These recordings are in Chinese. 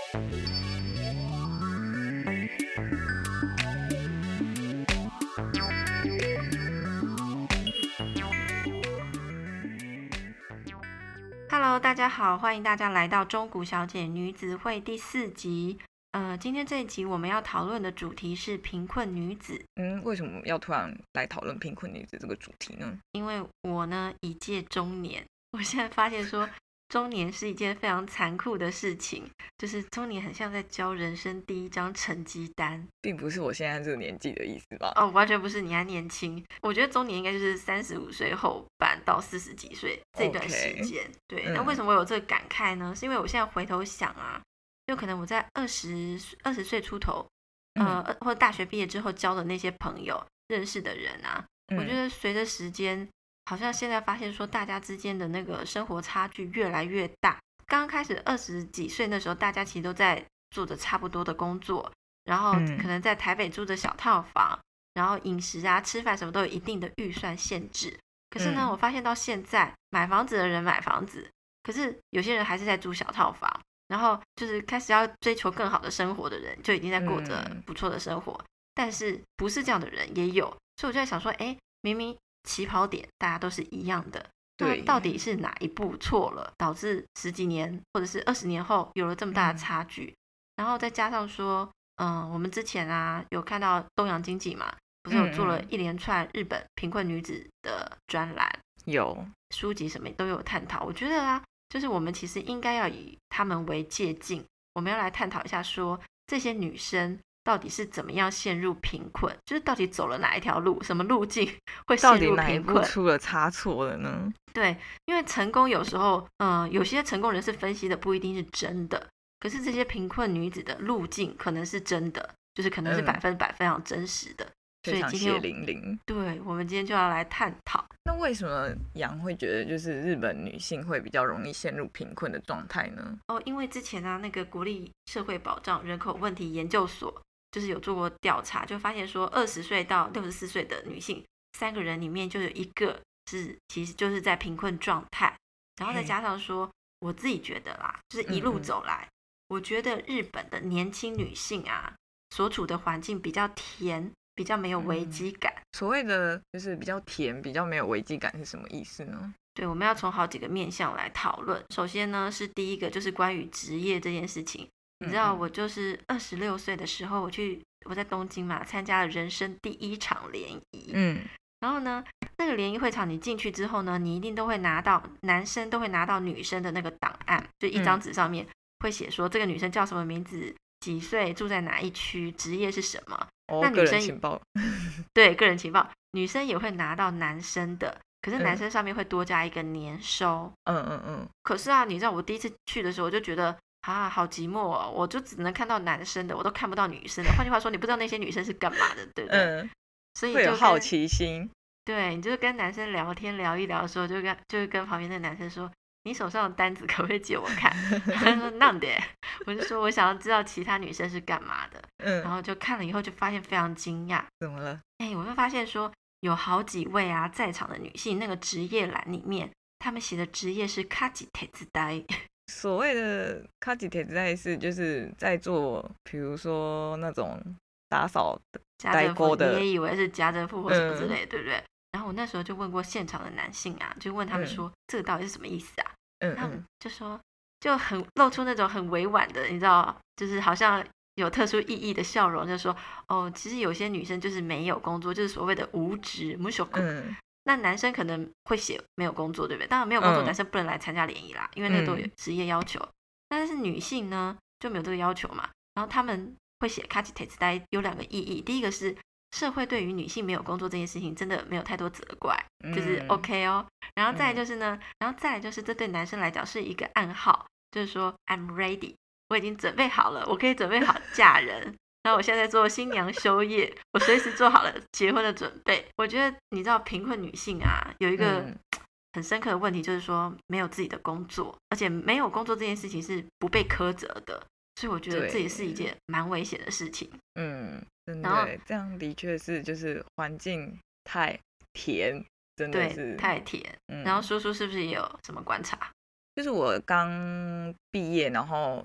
Hello， 大家好，欢迎大家来到中古小姐女子会第4集。今天这一集我们要讨论的主题是贫困女子。 为什么要突然来讨论贫困女子这个主题呢？ 因为我呢已届中年，我现在发现说中年是一件非常残酷的事情，就是中年很像在交人生第一张成绩单， 并不是我现在这个年纪的意思吧？ 哦，完全不是，你还年轻。我觉得中年应该就是35岁后半到40几岁这段时间。对，那为什么我有这个感慨呢？是因为我现在回头想啊，就可能我在20岁出头，或者大学毕业之后交的那些朋友、认识的人啊，我觉得随着时间，好像现在发现说大家之间的那个生活差距越来越大。刚刚开始20几岁那时候，大家其实都在做着差不多的工作，然后可能在台北住着小套房，然后饮食啊、吃饭什么都有一定的预算限制。可是呢，我发现到现在买房子的人买房子，可是有些人还是在住小套房，然后就是开始要追求更好的生活的人，就已经在过着不错的生活。但是不是这样的人也有，所以我就在想说，明明起跑点大家都是一样的，那到底是哪一步错了，导致10几年或者是20年后有了这么大的差距？然后再加上说，我们之前啊有看到东洋经济嘛，不是有做了一连串日本贫困女子的专栏， 有书籍什么都有探讨。我觉得啊，就是我们其实应该要以他们为借鉴，我们要来探讨一下说这些女生到底是怎么样陷入贫困，就是到底走了哪一条路，什么路径会陷入贫困， 到底哪一步出了差错了呢？ 对，因为成功有时候，有些成功人士分析的不一定是真的，可是这些贫困女子的路径可能是真的，就是可能是100%非常真实的，所以今天血淋淋。 对，我们今天就要来探讨。 那为什么杨会觉得就是日本女性会比较容易陷入贫困的状态呢？ 因为之前啊，那个国立社会保障人口问题研究所就是有做过调查，就发现说20岁到64岁的女性3个人里面就有1个其实就是在贫困状态，然后再加上说我自己觉得啦，就是一路走来，我觉得日本的年轻女性啊所处的环境比较甜，比较没有危机感。 所谓的就是比较甜，比较没有危机感是什么意思呢？ 对，我们要从好几个面向来讨论。首先呢，是第一个就是关于职业这件事情。你知道我就是26岁的时候，我在东京嘛，参加了人生第1场联谊。然后呢，那个联谊会场你进去之后呢，你一定都会拿到，男生都会拿到女生的那个档案，就一张纸上面会写说这个女生叫什么名字，几岁，住在哪一区，职业是什么。那女生个人情报对，个人情报，女生也会拿到男生的，可是男生上面会多加一个年收。可是啊，你知道我第一次去的时候，我就觉得好寂寞哦，我就只能看到男生的，我都看不到女生的。换句话说，你不知道那些女生是干嘛的，对不对？所以会有好奇心。 对，你就是跟男生聊天聊一聊的时候，就跟旁边的男生说，你手上的单子可不可以借我看？他说那的，我就说我想要知道其他女生是干嘛的。然后就看了以后就发现非常惊讶。 怎么了？ 我就发现说有好几位啊在场的女性，那个职业栏里面，他们写的职业是卡吉铁子呆。 所谓的卡吉铁子呆是就是在做，比如说那种打扫代沟的， 你也以为是家政妇或什么之类的，对不对？然后我那时候就问过现场的男性啊，就问他们说，这个到底是什么意思啊？他们就说，就很露出那种很委婉的，你知道，就是好像有特殊意义的笑容，就说其实有些女生就是没有工作，就是所谓的无职无所那男生可能会写没有工作，对不对？当然没有工作，男生不能来参加联谊啦，因为那都有职业要求。但是女性呢就没有这个要求嘛，然后他们会写卡吉铁子呆有2个意义，第一个是社会对于女性没有工作这件事情真的没有太多责怪，就是 OK 哦。然后再来就是呢，这对男生来讲是一个暗号，就是说 I'm ready， 我已经准备好了，我可以准备好嫁人。然后我现在在做新娘修业，我随时做好了结婚的准备。我觉得你知道贫困女性啊有一个很深刻的问题，就是说没有自己的工作，而且没有工作这件事情是不被苛责的，所以我觉得这也是一件蛮危险的事情。 真的这样的确是就是环境太甜，真的是对太甜。然后叔叔是不是也有什么观察？ 就是我刚毕业，然后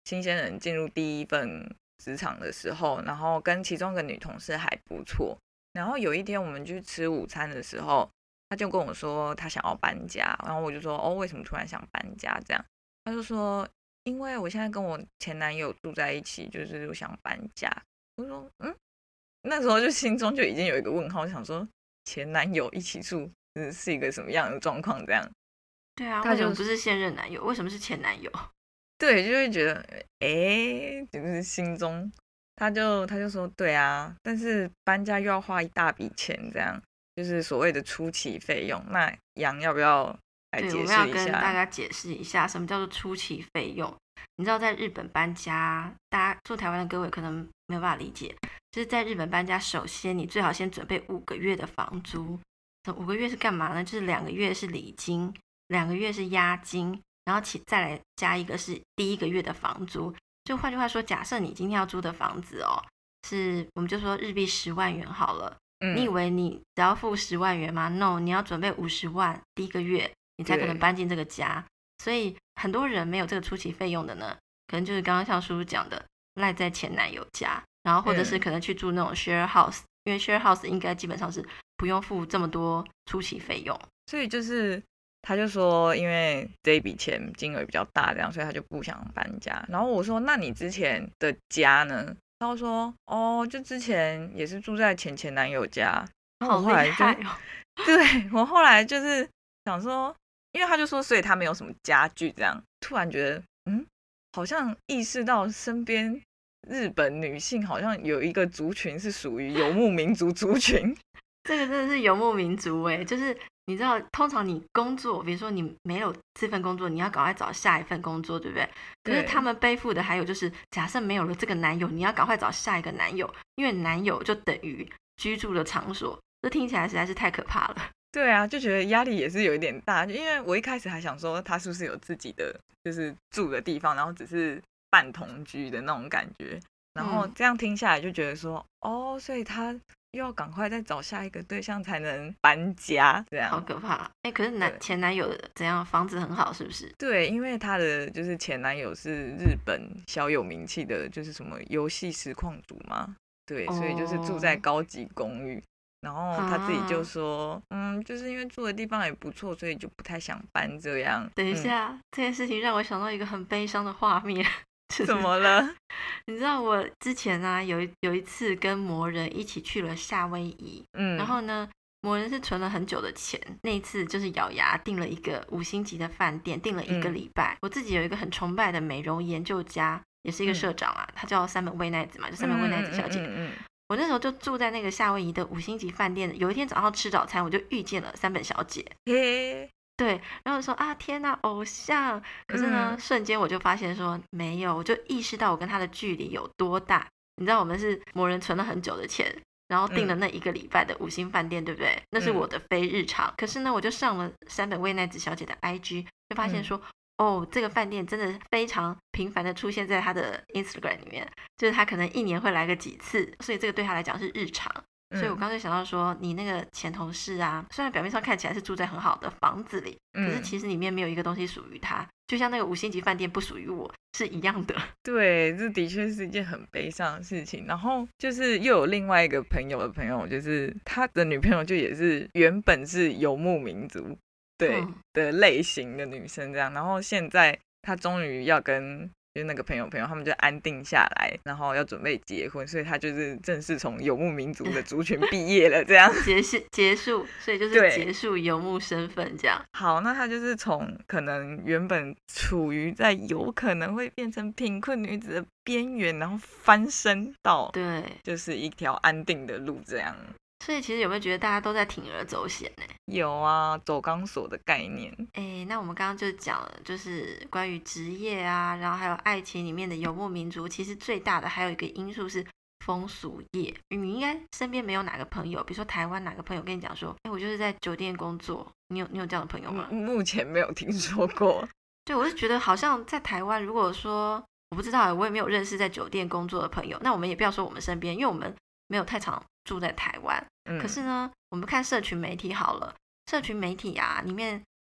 新鲜人进入第一份职场的时候，然后跟其中一个女同事还不错，然后有一天我们去吃午餐的时候，他就跟我说他想要搬家，然后我就说哦，为什么突然想搬家这样？他就说因为我现在跟我前男友住在一起，就是我想搬家。我说那时候就心中就已经有一个问号，想说前男友一起住是一个什么样的状况这样？ 对啊，为什么不是现任男友？为什么是前男友？ 对，就会觉得就是心中他就说对啊，但是搬家又要花一大笔钱，这样就是所谓的初期费用。那杨要不要来解释一下？ 对，我们要跟大家解释一下什么叫做初期费用。你知道在日本搬家，大家住台湾的各位可能没有办法理解，就是在日本搬家，首先你最好先准备5个月的房租。这5个月是干嘛呢？就是2个月是礼金，2个月是押金，然后再来加一个是第1个月的房租。就换句话说，假设你今天要租的房子是我们就说日币10万元好了，你以为你只要付10万元吗 ？No， 你要准备50万第1个月，你才可能搬进这个家。所以很多人没有这个初期费用的呢，可能就是刚刚像叔叔讲的，赖在前男友家，然后或者是可能去住那种 share house，因为 share house 应该基本上是不用付这么多初期费用。 所以就是他就说，因为这一笔钱金额比较大，这样，所以他就不想搬家。然后我说，那你之前的家呢？他就说，就之前也是住在前男友家。 好厉害哦！ 对，我后来就是想说，因为他就说，所以他没有什么家具，这样突然觉得，好像意识到身边日本女性好像有一个族群是属于游牧民族族群。 这个真的是游牧民族就是你知道，通常你工作，比如说你没有这份工作，你要赶快找下一份工作，对不对？可是他们背负的还有就是，假设没有了这个男友，你要赶快找下一个男友，因为男友就等于居住的场所。这听起来实在是太可怕了。 对啊，就觉得压力也是有一点大，因为我一开始还想说他是不是有自己的就是住的地方，然后只是半同居的那种感觉，然后这样听下来就觉得说，所以他又要赶快再找下一个对象才能搬家，这样好可怕。可是前男友怎样，房子很好是不是？ 对，因为他的就是前男友是日本小有名气的，就是什么游戏实况主嘛，对，所以就是住在高级公寓。然后他自己就说，就是因为住的地方也不错，所以就不太想搬这样。 等一下，这件事情让我想到一个很悲伤的画面。 怎么了？ 你知道我之前有一次跟魔人一起去了夏威夷，然后呢，魔人是存了很久的钱，那一次就是咬牙订了一个5星级的饭店，订了1个礼拜。我自己有一个很崇拜的美容研究家，也是一个社长啊，他叫山本未奈子嘛，就山本未奈子小姐。我那时候就住在那个夏威夷的5星级饭店，有一天早上吃早餐，我就遇见了山本小姐。对，然后说啊，天哪，偶像！可是呢，瞬间我就发现说没有，我就意识到我跟他的距离有多大。你知道我们是魔人存了很久的钱，然后订了那1个礼拜的5星饭店，对不对？那是我的非日常。可是呢，我就上了山本未奈子小姐的 IG， 就发现说，这个饭店真的非常频繁的出现在他的 Instagram 里面，就是他可能1年会来个几次，所以这个对他来讲是日常。所以我刚才想到说，你那个前同事啊，虽然表面上看起来是住在很好的房子里，可是其实里面没有一个东西属于他，就像那个5星级饭店不属于我是一样的。 对，这的确是一件很悲伤的事情。然后就是又有另外一个朋友的朋友，就是他的女朋友就也是原本是游牧民族的类型的女生这样，然后现在他终于要跟就是那个朋友他们就安定下来，然后要准备结婚，所以他就是正式从游牧民族的族群毕业了这样结束，所以就是结束游牧身份这样。 好，那他就是从可能原本处于在有可能会变成贫困女子的边缘，然后翻身到对， 就是一条安定的路这样。 所以其实有没有觉得大家都在铤而走险呢？ 有啊，走钢索的概念。 那我们刚刚就讲了，就是关于职业啊，然后还有爱情里面的游牧民族，其实最大的还有一个因素是风俗业。你应该身边没有哪个朋友，比如说台湾哪个朋友跟你讲说，我就是在酒店工作，你有这样的朋友吗？ 目前没有听说过。 对，我是觉得好像在台湾，如果说我不知道，我也没有认识在酒店工作的朋友，那我们也不要说我们身边，因为我们没有太常住在台湾。可是呢，我们看社群媒体好了，社群媒体啊里面，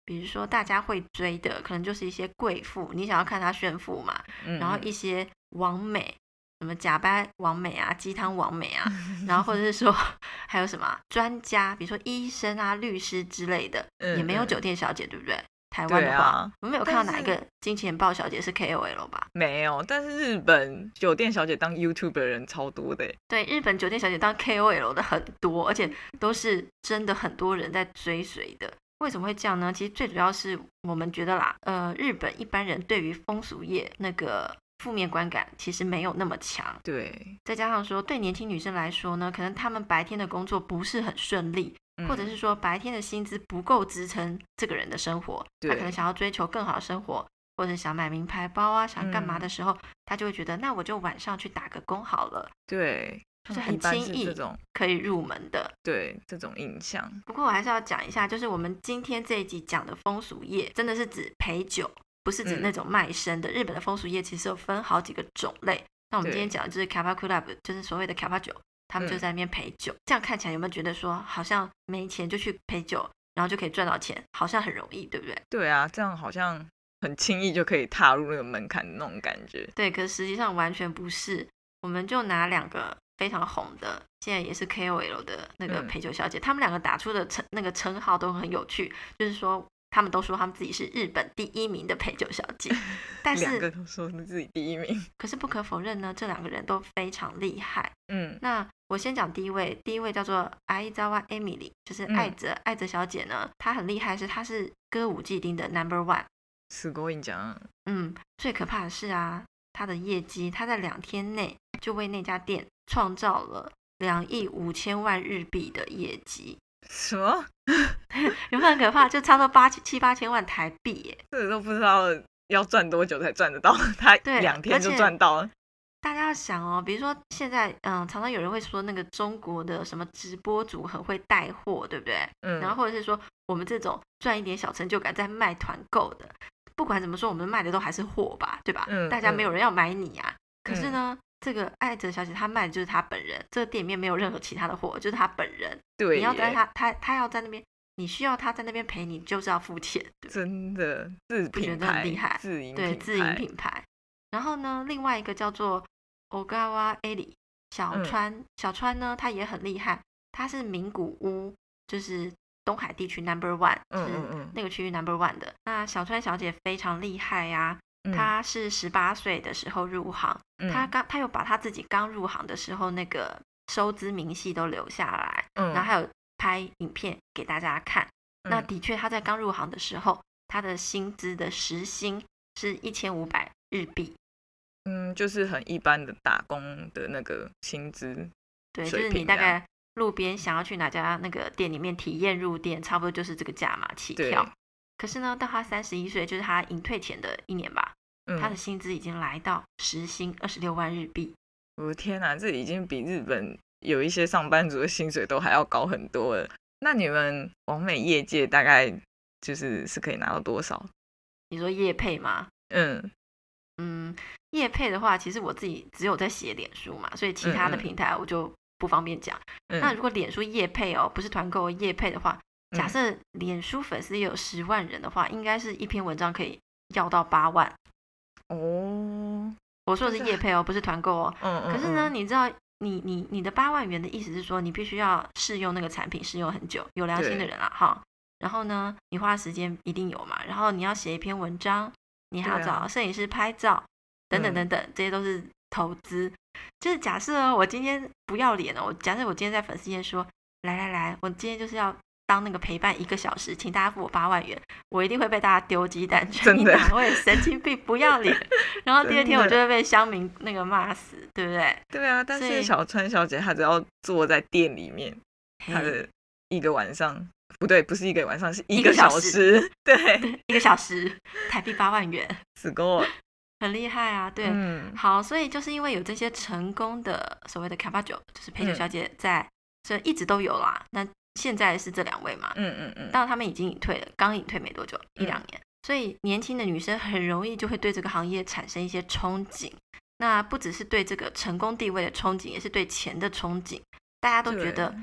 比如说大家会追的，可能就是一些贵妇，你想要看她炫富嘛，然后一些网美，什么假掰网美啊、鸡汤网美啊，然后或者是说还有什么专家，比如说医生啊、律师之类的，也没有酒店小姐，对不对？台湾的话，我们没有看到哪一个金钱豹小姐是 KOL 吧？ 没有，但是日本酒店小姐当 YouTube 的人超多的。 对，日本酒店小姐当 KOL 的很多，而且都是真的很多人在追随的。为什么会这样呢？其实最主要是我们觉得啦，日本一般人对于风俗业那个负面观感其实没有那么强。 对， 再加上说对年轻女生来说呢，可能她们白天的工作不是很顺利，或者是说白天的薪资不够支撑这个人的生活，他可能想要追求更好的生活，或者想买名牌包啊，想干嘛的时候，他就会觉得那我就晚上去打个工好了。 对， 就是很轻易可以入门的。 对，这种印象。 不过我还是要讲一下，就是我们今天这一集讲的风俗业，真的是指陪酒，不是指那种卖身的。日本的风俗业其实有分好几个种类。那我们今天讲的就是 Kappa Club， 就是所谓的 Kappa 酒，他们就在那边陪酒。这样看起来有没有觉得说，好像没钱就去陪酒，然后就可以赚到钱，好像很容易，对不对？ 对啊，这样好像很轻易就可以踏入那个门槛的那种感觉。 对，可是实际上完全不是。我们就拿2个非常红的，现在也是 KOL 的那个陪酒小姐，他们2个打出的那个称号都很有趣，就是说他们都说他们自己是日本第1名的陪酒小姐，但是 2个都说是自己第1名。 可是不可否认呢，这2个人都非常厉害。那我先讲第一位叫做愛沢エミリ，就是爱泽小姐呢，她很厉害，她是歌舞伎町的 No.1。 すごいんじゃん。 最可怕的是啊，她的业绩，她在2天内就为那家店创造了2亿5千万日币的业绩。 什么？ 有没有很可怕？就差不多7、8千万台币耶！ 这个都不知道要赚多久才赚得到，他2天就赚到了。 大家要想哦，比如说现在，常常有人会说那个中国的什么直播主很会带货，对不对？然后或者是说我们这种赚一点小成就感在卖团购的，不管怎么说，我们卖的都还是货吧，对吧？大家没有人要买你啊。可是呢，这个爱泽小姐她卖的就是她本人，这个店里面没有任何其他的货，就是她本人。 对， 你要在她要在那边，你需要她在那边陪你，就是要付钱。 真的，不觉得很厉害？ 自营品牌。然后呢，另外一个叫做 Ogawa Eli 小川呢，他也很厉害，他是名古屋，就是东海地区 No.1， 是那个区域 No.1 的。那小川小姐非常厉害呀。他是18岁的时候入行，他有把他自己刚入行的时候那个收支明细都留下来，然后还有拍影片给大家看。那的确他在刚入行的时候，他的薪资的时薪是1500日币， 就是很一般的打工的那个薪资。 对，就是你大概路边想要去哪家那个店里面体验入店，差不多就是这个价码起跳。可是呢，到他31岁，就是他隐退前的1年吧，他的薪资已经来到时薪26万日币。 我的天哪，这已经比日本有一些上班族的薪水都还要高很多了。那你们网美业界大概是可以拿到多少？ 你说业配吗？业配的话，其实我自己只有在写脸书嘛，所以其他的平台我就不方便讲。那如果脸书业配哦，不是团购业配的话，假设脸书粉丝也有10万人的话，应该是一篇文章可以要到8万。我说的是业配哦，不是团购哦。可是呢，你知道你的8万元的意思是说，你必须要试用那个产品，试用很久，有良心的人啊哈。然后呢，你花的时间一定有嘛，然后你要写一篇文章，你还要找摄影师拍照，等等等等，这些都是投资。就是假设我今天不要脸哦，假设我今天在粉丝页说，来，我今天就是要当那个陪伴1个小时，请大家付我8万元，我一定会被大家丢鸡蛋， 真的， 你哪位神经病不要脸？然后第2天我就会被乡民那个骂死，对不对？ 对啊，但是小川小姐她只要坐在店里面，她的1个晚上，不对，不是1个晚上，是1个小时，对 ，1个小时，台币8万元， すごい。 很厉害啊，对，好，所以就是因为有这些成功的所谓的卡巴酒，就是陪酒小姐在，所以一直都有啦。那现在是这2位嘛，当然他们已经隐退了，刚隐退没多久，1-2年，所以年轻的女生很容易就会对这个行业产生一些憧憬。那不只是对这个成功地位的憧憬，也是对钱的憧憬。大家都觉得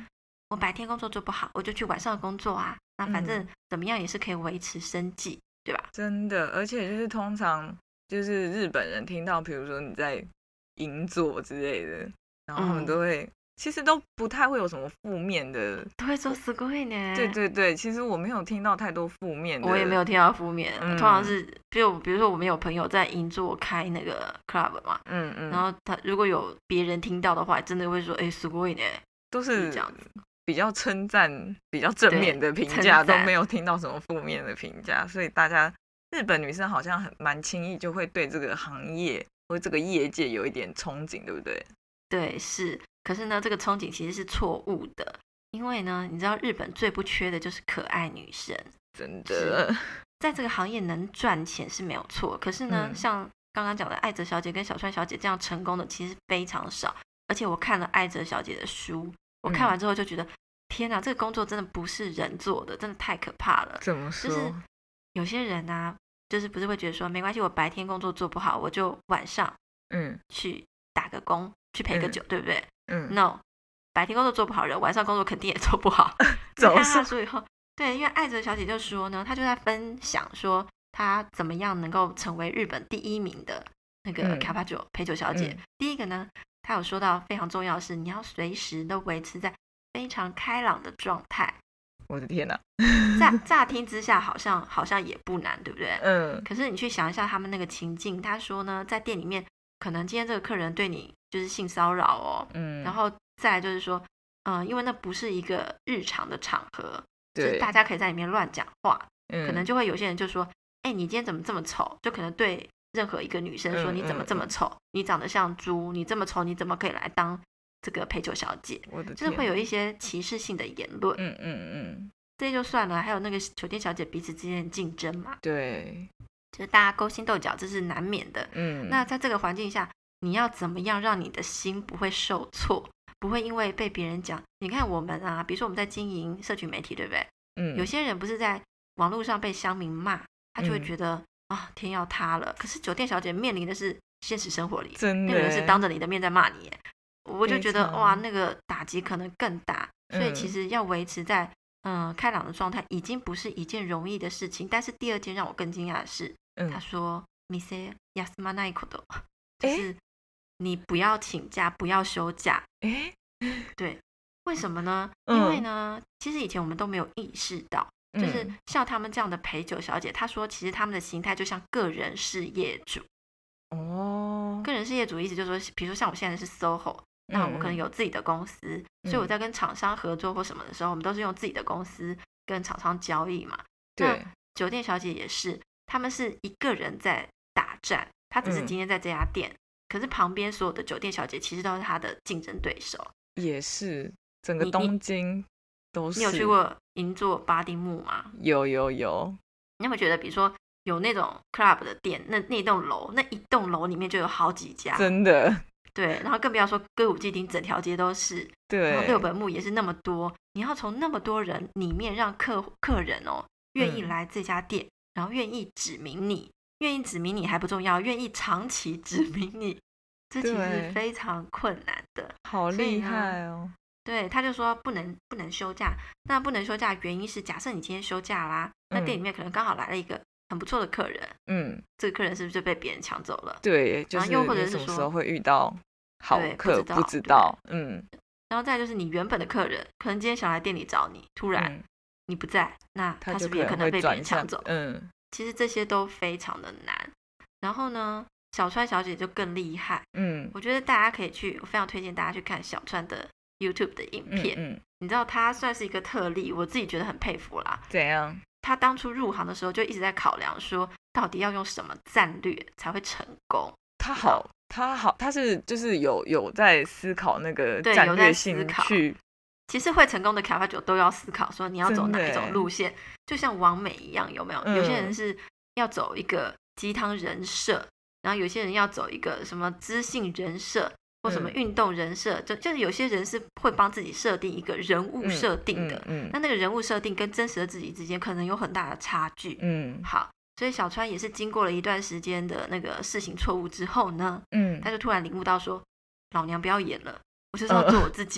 我白天工作做不好，我就去晚上工作啊，那反正怎么样也是可以维持生计，对吧？ 真的，而且就是通常就是日本人听到，比如说你在银座之类的，然后他们都会。其实都不太会有什么负面的， 都会说すごいね。 对对对，其实我没有听到太多负面的， 我也没有听到负面，通常是比如说我们有朋友在银座开那个 club 嘛，然后他如果有别人听到的话，真的会说すごいね， 都是这样子， 比较称赞、比较正面的评价，都没有听到什么负面的评价，所以大家日本女生好像蛮轻易就会对这个行业或这个业界有一点憧憬，对不对？ 对，是。可是呢，这个憧憬其实是错误的，因为呢，你知道日本最不缺的就是可爱女生， 真的， 在这个行业能赚钱是没有错。可是呢，像刚刚讲的艾泽小姐跟小川小姐这样成功的其实非常少。而且我看了艾泽小姐的书，我看完之后就觉得，天哪，这个工作真的不是人做的，真的太可怕了。 怎么说？ 就是有些人啊，就是不是会觉得说，没关系，我白天工作做不好，我就晚上去打个工，去陪个酒，对不对？No， 白天工作做不好人，晚上工作肯定也做不好。看他书以后，对，因为艾泽小姐就说呢，她就在分享说她怎么样能够成为日本第1名的那个卡巴酒陪酒小姐。第一个呢，她有说到非常重要的是，你要随时都维持在非常开朗的状态。 我的天哪！ 乍听之下好像也不难，对不对？可是你去想一下他们那个情境，他说呢，在店里面，可能今天这个客人对你就是性骚扰哦，然后再来就是说，因为那不是一个日常的场合，就是大家可以在里面乱讲话，可能就会有些人就说，哎，你今天怎么这么丑？就可能对任何一个女生说，你怎么这么丑？你长得像猪，你这么丑，你怎么可以来当这个陪酒小姐？就是会有一些歧视性的言论。这就算了，还有那个酒店小姐彼此之间的竞争嘛， 对， 就是大家勾心斗角，这是难免的。那在这个环境下，你要怎么样让你的心不会受挫，不会因为被别人讲？你看我们啊，比如说我们在经营社群媒体，对不对？有些人不是在网络上被乡民骂，他就会觉得天要塌了。可是酒店小姐面临的是现实生活里，那个人是当着你的面在骂你，我就觉得哇，那个打击可能更大。所以其实要维持在开朗的状态，已经不是一件容易的事情。但是第二件让我更惊讶的是，他说“mise yasumanai koto”，就是你不要请假，不要休假。对，为什么呢？因为呢，其实以前我们都没有意识到，就是像他们这样的陪酒小姐，她说其实他们的心态就像个人事业主。个人事业主意思就是说，比如说像我现在是 SOHO。那我可能有自己的公司，所以我在跟厂商合作或什么的时候，我们都是用自己的公司跟厂商交易嘛。那酒店小姐也是，他们是一个人在打战，他只是今天在这家店，可是旁边所有的酒店小姐其实都是他的竞争对手。也是，整个东京都是。 你有去过银座巴丁木吗？ 有。你有没有觉得，比如说有那种 club 的店，那栋楼，那一栋楼里面就有好几家， 真的。 对，然后更不要说歌舞伎町整条街都是， 对， 然后六本木也是那么多，你要从那么多人里面让客人愿意来这家店，然后愿意指明你，还不重要，愿意长期指明你，这其实非常困难的， 好厉害哦。 对，他就说不能休假，那不能休假原因是，假设你今天休假啦，那店里面可能刚好来了一个很不错的客人，这个客人是不是就被别人抢走了？ 对，就是又或者是什么时候会遇到好客不知道， 然后再就是你原本的客人，可能今天想来店里找你，突然你不在，那他是不是也可能被别人抢走？其实这些都非常的难。然后呢，小川小姐就更厉害，我觉得大家可以去，我非常推荐大家去看小川的 YouTube 的影片，你知道他算是一个特例，我自己觉得很佩服啦。 怎样？ 他当初入行的时候就一直在考量说，到底要用什么战略才会成功。 他是就是有在思考那个战略性去。 其实会成功的卡巴酒都要思考说你要走哪一种路线，就像网美一样，有没有？有些人是要走一个鸡汤人设，然后有些人要走一个什么知性人设或什么运动人设，就是有些人是会帮自己设定一个人物设定的，那个人物设定跟真实的自己之间可能有很大的差距。好，所以小川也是经过了一段时间的那个试行错误之后呢，他就突然领悟到说，老娘不要演了，我就是要做我自己。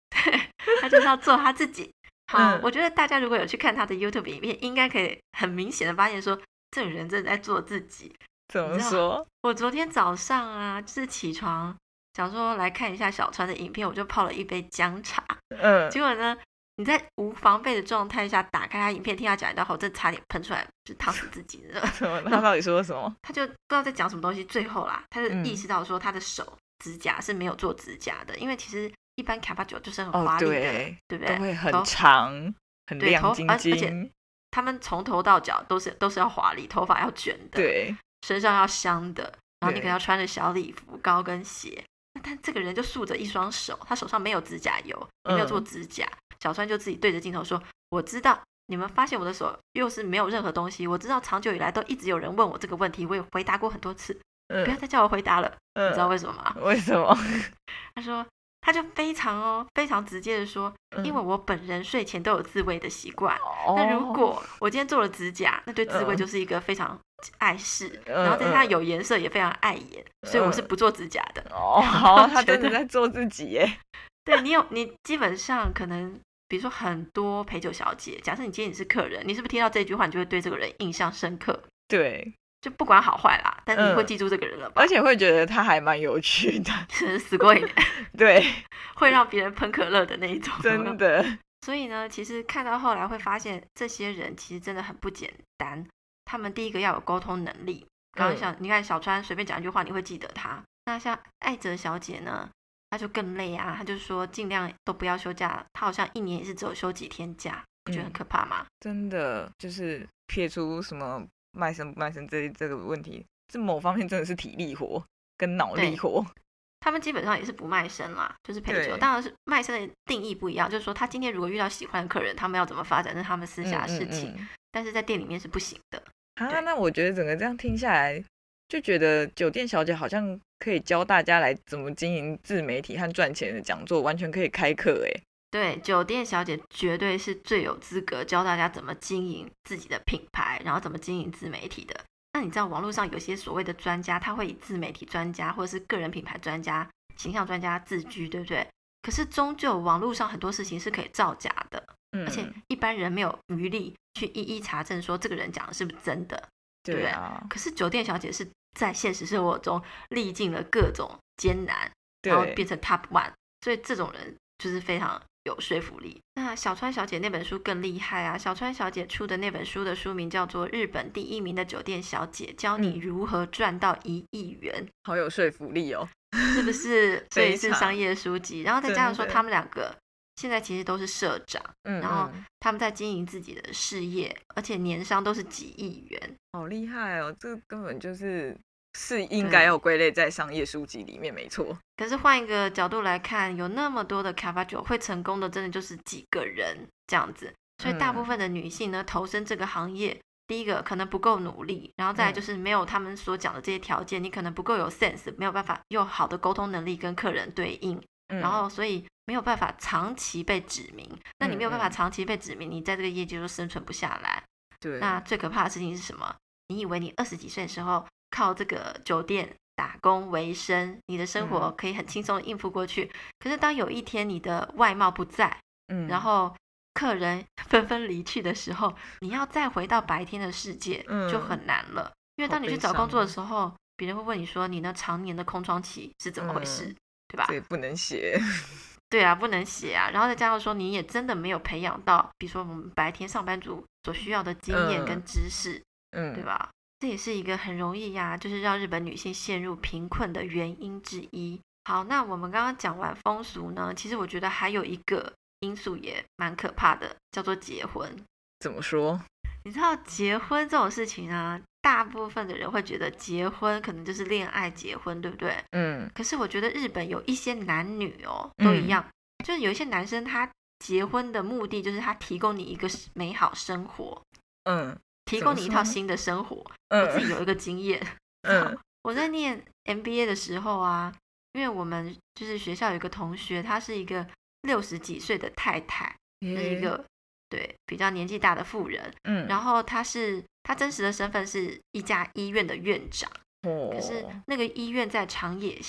他就是要做他自己。好，我觉得大家如果有去看他的 YouTube 影片，应该可以很明显的发现说，这个人真的在做自己。 怎么说？ 我昨天早上啊，就是起床想说来看一下小川的影片，我就泡了一杯姜茶。结果呢，你在无防备的状态下打开他影片，听他讲一段话，我真的差点喷出来，就烫死自己了。 他到底说什么？ 他就不知道在讲什么东西。最后啦，他就意识到说他的手指甲是没有做指甲的，因为其实一般卡巴酒就是很华丽的，对不对？ 都会很长、很亮晶晶， 而且他们从头到脚都是要华丽，头发要卷的， 对， 身上要香的，然后你可能要穿着小礼服、高跟鞋。但这个人就竖着一双手，他手上没有指甲油，也没有做指甲。小川就自己对着镜头说：“我知道你们发现我的手又是没有任何东西，我知道长久以来都一直有人问我这个问题，我也回答过很多次，不要再叫我回答了。你知道为什么吗？ 为什么？ 他说。”他就非常直接的说，因为我本人睡前都有自慰的习惯，那如果我今天做了指甲，那对自慰就是一个非常碍事，然后再加上有颜色也非常碍眼，所以我是不做指甲的。 他真的在做自己耶。 对，你基本上可能比如说很多陪酒小姐，假设你今天你是客人，你是不是听到这句话你就会对这个人印象深刻？ 对， 就不管好坏啦，但你会记住这个人了吧？ 而且会觉得他还蛮有趣的， 死过瘾。 对， 会让别人喷可乐的那一种， 真的。 所以呢，其实看到后来会发现，这些人其实真的很不简单。他们第一个要有沟通能力。刚刚你看小川随便讲一句话，你会记得他。那像艾泽小姐呢，她就更累啊，她就说尽量都不要休假，她好像一年也是只有休几天假，不觉得很可怕吗？ 真的，就是撇除什么卖身不卖身这个问题，这某方面真的是体力活跟脑力活。 他们基本上也是不卖身啦，就是陪酒。当然是卖身的定义不一样，就是说他今天如果遇到喜欢的客人，他们要怎么发展是他们私下的事情，但是在店里面是不行的。 那我觉得整个这样听下来，就觉得酒店小姐好像可以教大家来怎么经营自媒体和赚钱的讲座，完全可以开课哎。 对，酒店小姐绝对是最有资格教大家怎么经营自己的品牌，然后怎么经营自媒体的。那你知道网络上有些所谓的专家，他会以自媒体专家或者是个人品牌专家、形象专家自居，对不对？可是终究网络上很多事情是可以造假的，而且一般人没有余力去一一查证说这个人讲的是不是真的，对不对？可是酒店小姐是在现实生活中历尽了各种艰难，然后变成 top one， 所以这种人就是非常有说服力。那小川小姐那本书更厉害啊！小川小姐出的那本书的书名叫做《日本第1名的酒店小姐教你如何赚到1亿元》， 好有说服力哦， 是不是？所以是商业书籍，然后再加上说他们两个现在其实都是社长，然后他们在经营自己的事业，而且年商都是几亿元， 好厉害哦！这根本就是应该要归类在商业书籍里面，没错。 可是换一个角度来看，有那么多的卡巴酒会成功的，真的就是几个人这样子。所以大部分的女性呢，投身这个行业，第一个可能不够努力，然后再来就是没有他们所讲的这些条件，你可能不够有 sense， 没有办法用好的沟通能力跟客人对应，然后所以没有办法长期被指名。那你没有办法长期被指名，你在这个业界就生存不下来。 对。 那最可怕的事情是什么？你以为你20几岁的时候靠这个酒店打工为生，你的生活可以很轻松的应付过去，可是当有一天你的外貌不在，然后客人纷纷离去的时候，你要再回到白天的世界就很难了。因为当你去找工作的时候，别人会问你说你那常年的空窗期是怎么回事，对吧？ 这也不能写。 对啊，不能写啊。然后再加上说你也真的没有培养到比如说我们白天上班族所需要的经验跟知识，对吧？这也是一个很容易呀，就是让日本女性陷入贫困的原因之一。好，那我们刚刚讲完风俗呢，其实我觉得还有一个因素也蛮可怕的，叫做结婚。 怎么说？ 你知道结婚这种事情啊，大部分的人会觉得结婚可能就是恋爱结婚，对不对？可是我觉得日本有一些男女都一样，就是有一些男生他结婚的目的就是他提供你一个美好生活，提供你一套新的生活。我自己有一个经验，我在念 MBA 的时候啊，因为我们就是学校有一个同学，她是一个60几岁的太太，就是一个对比较年纪大的妇人，然后她真实的身份是一家医院的院长，可是那个医院在长野县，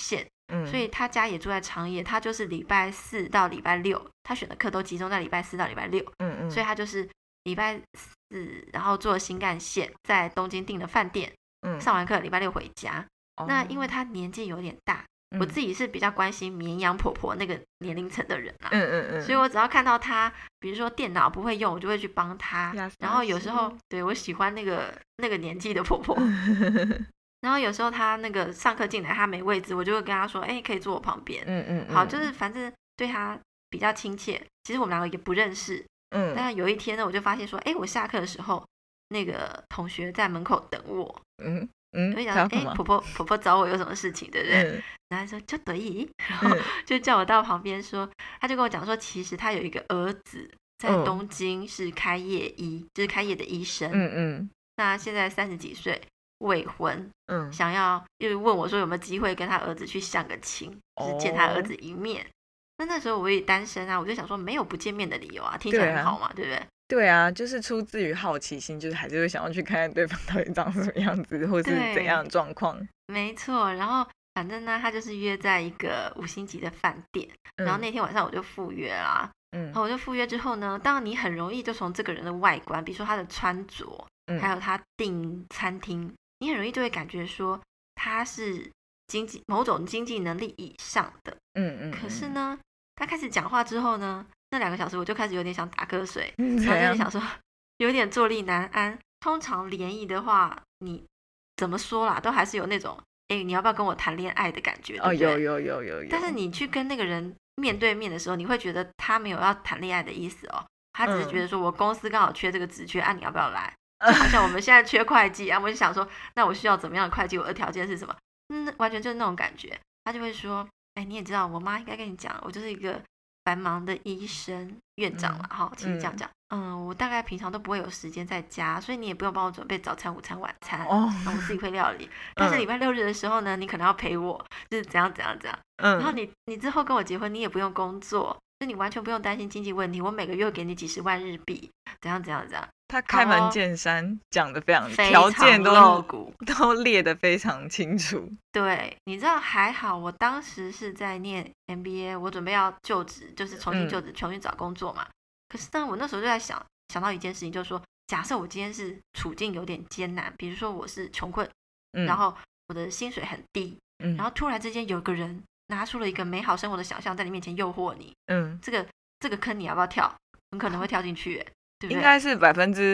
所以他家也住在长野，他就是礼拜4到礼拜6，他选的课都集中在礼拜4到礼拜6，所以他就是礼拜4，然后坐新干线在东京订了饭店，上完课礼拜6回家。那因为他年纪有点大，我自己是比较关心绵羊婆婆那个年龄层的人啊，所以我只要看到他，比如说电脑不会用，我就会去帮他。然后有时候对我喜欢那个年纪的婆婆，然后有时候他那个上课进来他没位置，我就会跟他说，可以坐我旁边。好，就是反正对他比较亲切。其实我们两个也不认识，但有一天呢，我就发现说，我下课的时候，那个同学在门口等我。我就想说，婆婆找我有什么事情，对不对？然后他说就得意，然后就叫我到旁边说，他就跟我讲说，其实他有一个儿子在东京是开业医，就是开业的医生。那现在30几岁，未婚，想要又问我说有没有机会跟他儿子去相个亲，就是见他儿子一面。那时候我也单身啊，我就想说没有不见面的理由啊，听起来很好嘛，对不对？ 对啊，就是出自于好奇心，就是还是会想要去看看对方到底长什么样子，或是怎样的状况。没错，然后反正呢，他就是约在一个5星级的饭店，然后那天晚上我就赴约啦。然后我就赴约之后呢，当然你很容易就从这个人的外观，比如说他的穿着，还有他订餐厅，你很容易就会感觉说他是某种经济能力以上的。可是呢，他开始讲话之后呢，那2个小时我就开始有点想打瞌睡，然后就想说有点坐立难安。通常联谊的话，你怎么说啦，都还是有那种你要不要跟我谈恋爱的感觉，对不对？有。但是你去跟那个人面对面的时候，你会觉得他没有要谈恋爱的意思哦，他只是觉得说我公司刚好缺这个职缺你要不要来？就好像我们现在缺会计啊，我就想说那我需要怎么样的会计，我的条件是什么？完全就是那种感觉。他就会说你也知道我妈应该跟你讲，我就是一个繁忙的医生院长啦，其实这样讲，我大概平常都不会有时间在家，所以你也不用帮我准备早餐、午餐、晚餐，然后我自己会料理。但是礼拜6日的时候呢，你可能要陪我，就是怎样。然后你之后跟我结婚，你也不用工作，就你完全不用担心经济问题，我每个月会给你几十万日币，怎样。 他开门见山讲的非常，条件都列得非常清楚。 对，你知道还好，我当时是在念 MBA， 我准备要就职，就是重新就职，重新找工作嘛。可是呢，我那时候就在想到一件事情，就是说，假设我今天是处境有点艰难，比如说我是穷困，然后我的薪水很低，然后突然之间有个人拿出了一个美好生活的想象在你面前诱惑你，这个坑你要不要跳？很可能会跳进去，对不对？ 应该是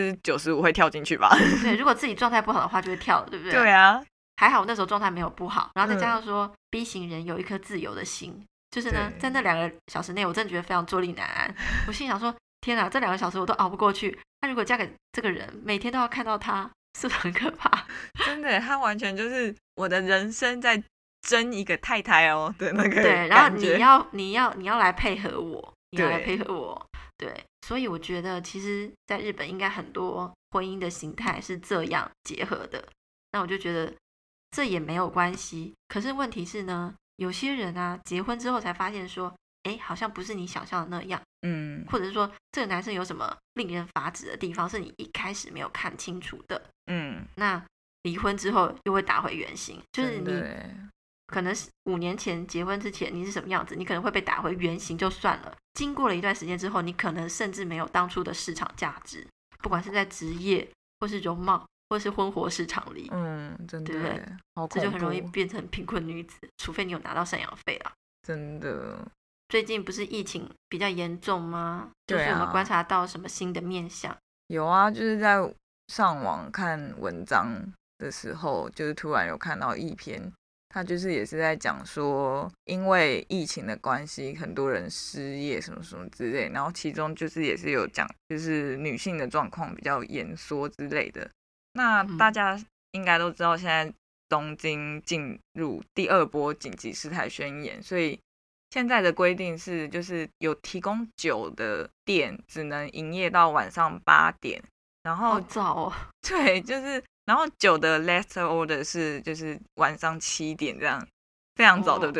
95%会跳进去吧。 对，如果自己状态不好的话，就会跳了，对不对？ 对啊， 还好我那时候状态没有不好，然后再加上说 B 型人有一颗自由的心，就是呢，在那2个小时内，我真的觉得非常坐立难安。我心想说，天哪，这2个小时我都熬不过去。那如果嫁给这个人，每天都要看到他，是不是很可怕？ 真的，他完全就是我的人生在争一个太太的那个感觉。 对，然后你要来配合我，对，所以我觉得其实在日本应该很多婚姻的形态是这样结合的。那我就觉得这也没有关系。可是问题是呢，有些人啊，结婚之后才发现说，好像不是你想象的那样，或者是说这个男生有什么令人发指的地方，是你一开始没有看清楚的，那离婚之后又会打回原形，就是你可能是5年前结婚之前你是什么样子，你可能会被打回原形就算了，经过了一段时间之后，你可能甚至没有当初的市场价值，不管是在职业或是容貌或是婚活市场里， 真的， 对不对？这就很容易变成贫困女子，除非你有拿到赡养费啦。 真的， 最近不是疫情比较严重吗？就是有没有观察到什么新的面向？ 有啊，就是在上网看文章的时候，就是突然有看到一篇，他就是也是在讲说，因为疫情的关系，很多人失业什么什么之类，然后其中就是也是有讲，就是女性的状况比较严缩之类的。那大家应该都知道，现在东京进入第2波紧急事态宣言，所以现在的规定是，就是有提供酒的店只能营业到晚上8点，然后好早哦。 对，就是然后酒的 last order 是就是晚上7点这样，非常早，对不对？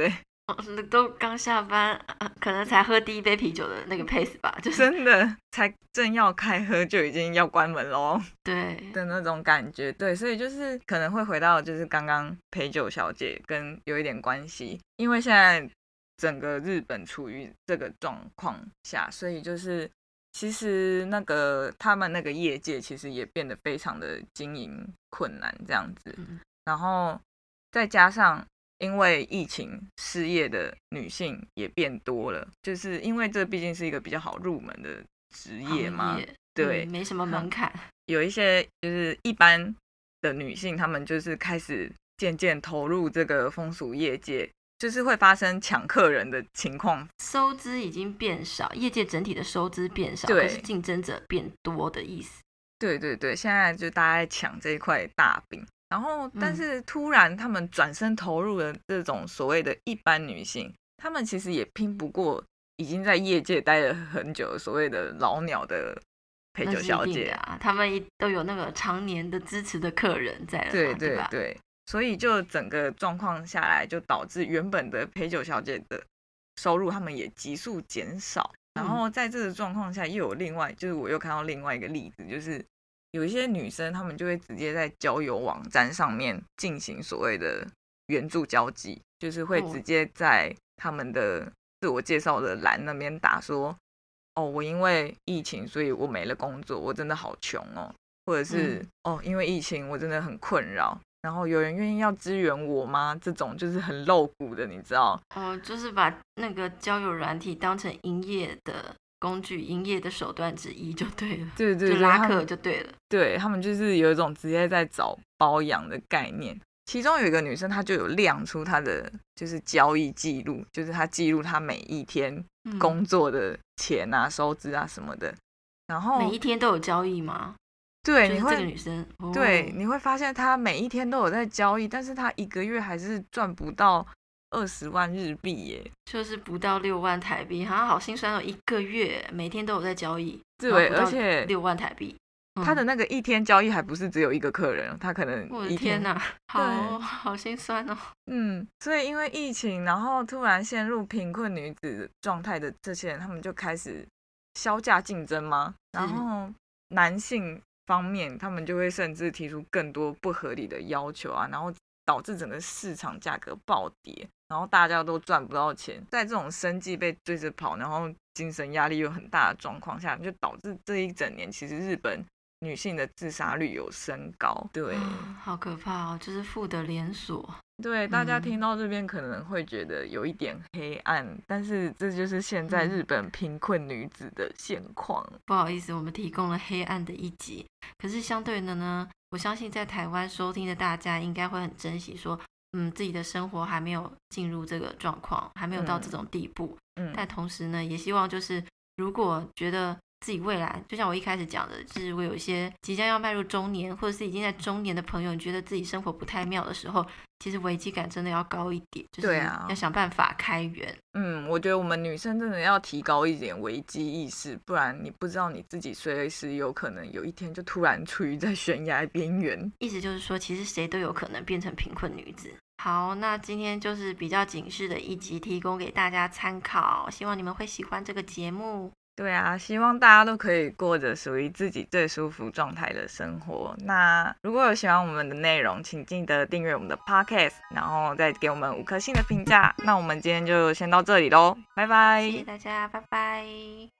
都刚下班，可能才喝第一杯啤酒的那个 pace 吧，就是真的才正要开喝就已经要关门咯。 对的那种感觉。对，所以就是可能会回到就是刚刚陪酒小姐跟有一点关系，因为现在整个日本处于这个状况下，所以就是其实那个他们那个业界其实也变得非常的经营困难这样子，然后再加上因为疫情失业的女性也变多了，就是因为这毕竟是一个比较好入门的职业嘛，对， 没什么门槛。 有一些就是一般的女性，她们就是开始渐渐投入这个风俗业界，就是会发生抢客人的情况， 收支已经变少，业界整体的收支变少， 对， 可是竞争者变多的意思。 对对对，现在就大家在抢这一块大饼。然后，但是突然他们转身投入了这种所谓的一般女性，他们其实也拼不过已经在业界待了很久所谓的老鸟的陪酒小姐啊，他们都有那个常年的支持的客人在了， 对对吧？ 对，所以就整个状况下来，就导致原本的陪酒小姐的收入他们也急速减少。然后在这个状况下，又有另外就是我又看到另外一个例子，就是有一些女生，她们就会直接在交友网站上面进行所谓的援助交际，就是会直接在他们的自我介绍的栏那边打说，哦，我因为疫情，所以我没了工作，我真的好穷哦，或者是哦，因为疫情我真的很困扰，然后有人愿意要支援我吗？这种就是很露骨的，你知道？ 哦，就是把那个交友软体当成营业的工具，营业的手段之一就对了， 对， 就拉客就对了。 对，他们就是有一种直接在找包养的概念。其中有一个女生，她就有亮出她的就是交易记录，就是她记录她每一天工作的钱啊、收支啊什么的。然后每一天都有交易吗？ 对， 就是这个女生， 对，你会发现她每一天都有在交易，但是她一个月还是赚不到20万日币耶， 就是不到6万台币，好心酸哦！一个月每天都有在交易， 对，而且 6万台币。 他的那个一天交易还不是只有一个客人，他可能我的天哪，好心酸哦。 所以因为疫情，然后突然陷入贫困女子状态的这些人，他们就开始削价竞争吗？然后男性方面，他们就会甚至提出更多不合理的要求啊，然后导致整个市场价格暴跌，然后大家都赚不到钱，在这种生计被追着跑，然后精神压力又很大的状况下，就导致这一整年其实日本女性的自杀率有升高。对， 好可怕哦，就是负的连锁。 对，大家听到这边可能会觉得有一点黑暗，但是这就是现在日本贫困女子的现况。 不好意思，我们提供了黑暗的一集，可是相对的呢，我相信在台湾收听的大家应该会很珍惜说自己的生活还没有进入这个状况，还没有到这种地步。但同时呢，也希望就是如果觉得自己未来，就像我一开始讲的，就是我有一些即将要迈入中年，或者是已经在中年的朋友，你觉得自己生活不太妙的时候，其实危机感真的要高一点，就是要想办法开源。 我觉得我们女生真的要提高一点危机意识，不然你不知道你自己随时有可能有一天就突然处于在悬崖边缘。 意思就是说，其实谁都有可能变成贫困女子。好，那今天就是比较警示的一集，提供给大家参考，希望你们会喜欢这个节目。 对啊，希望大家都可以过着属于自己最舒服状态的生活。那如果有喜欢我们的内容，请记得订阅我们的 podcast， 然后再给我们5颗星的评价。那我们今天就先到这里咯，拜拜！ 谢谢大家，拜拜。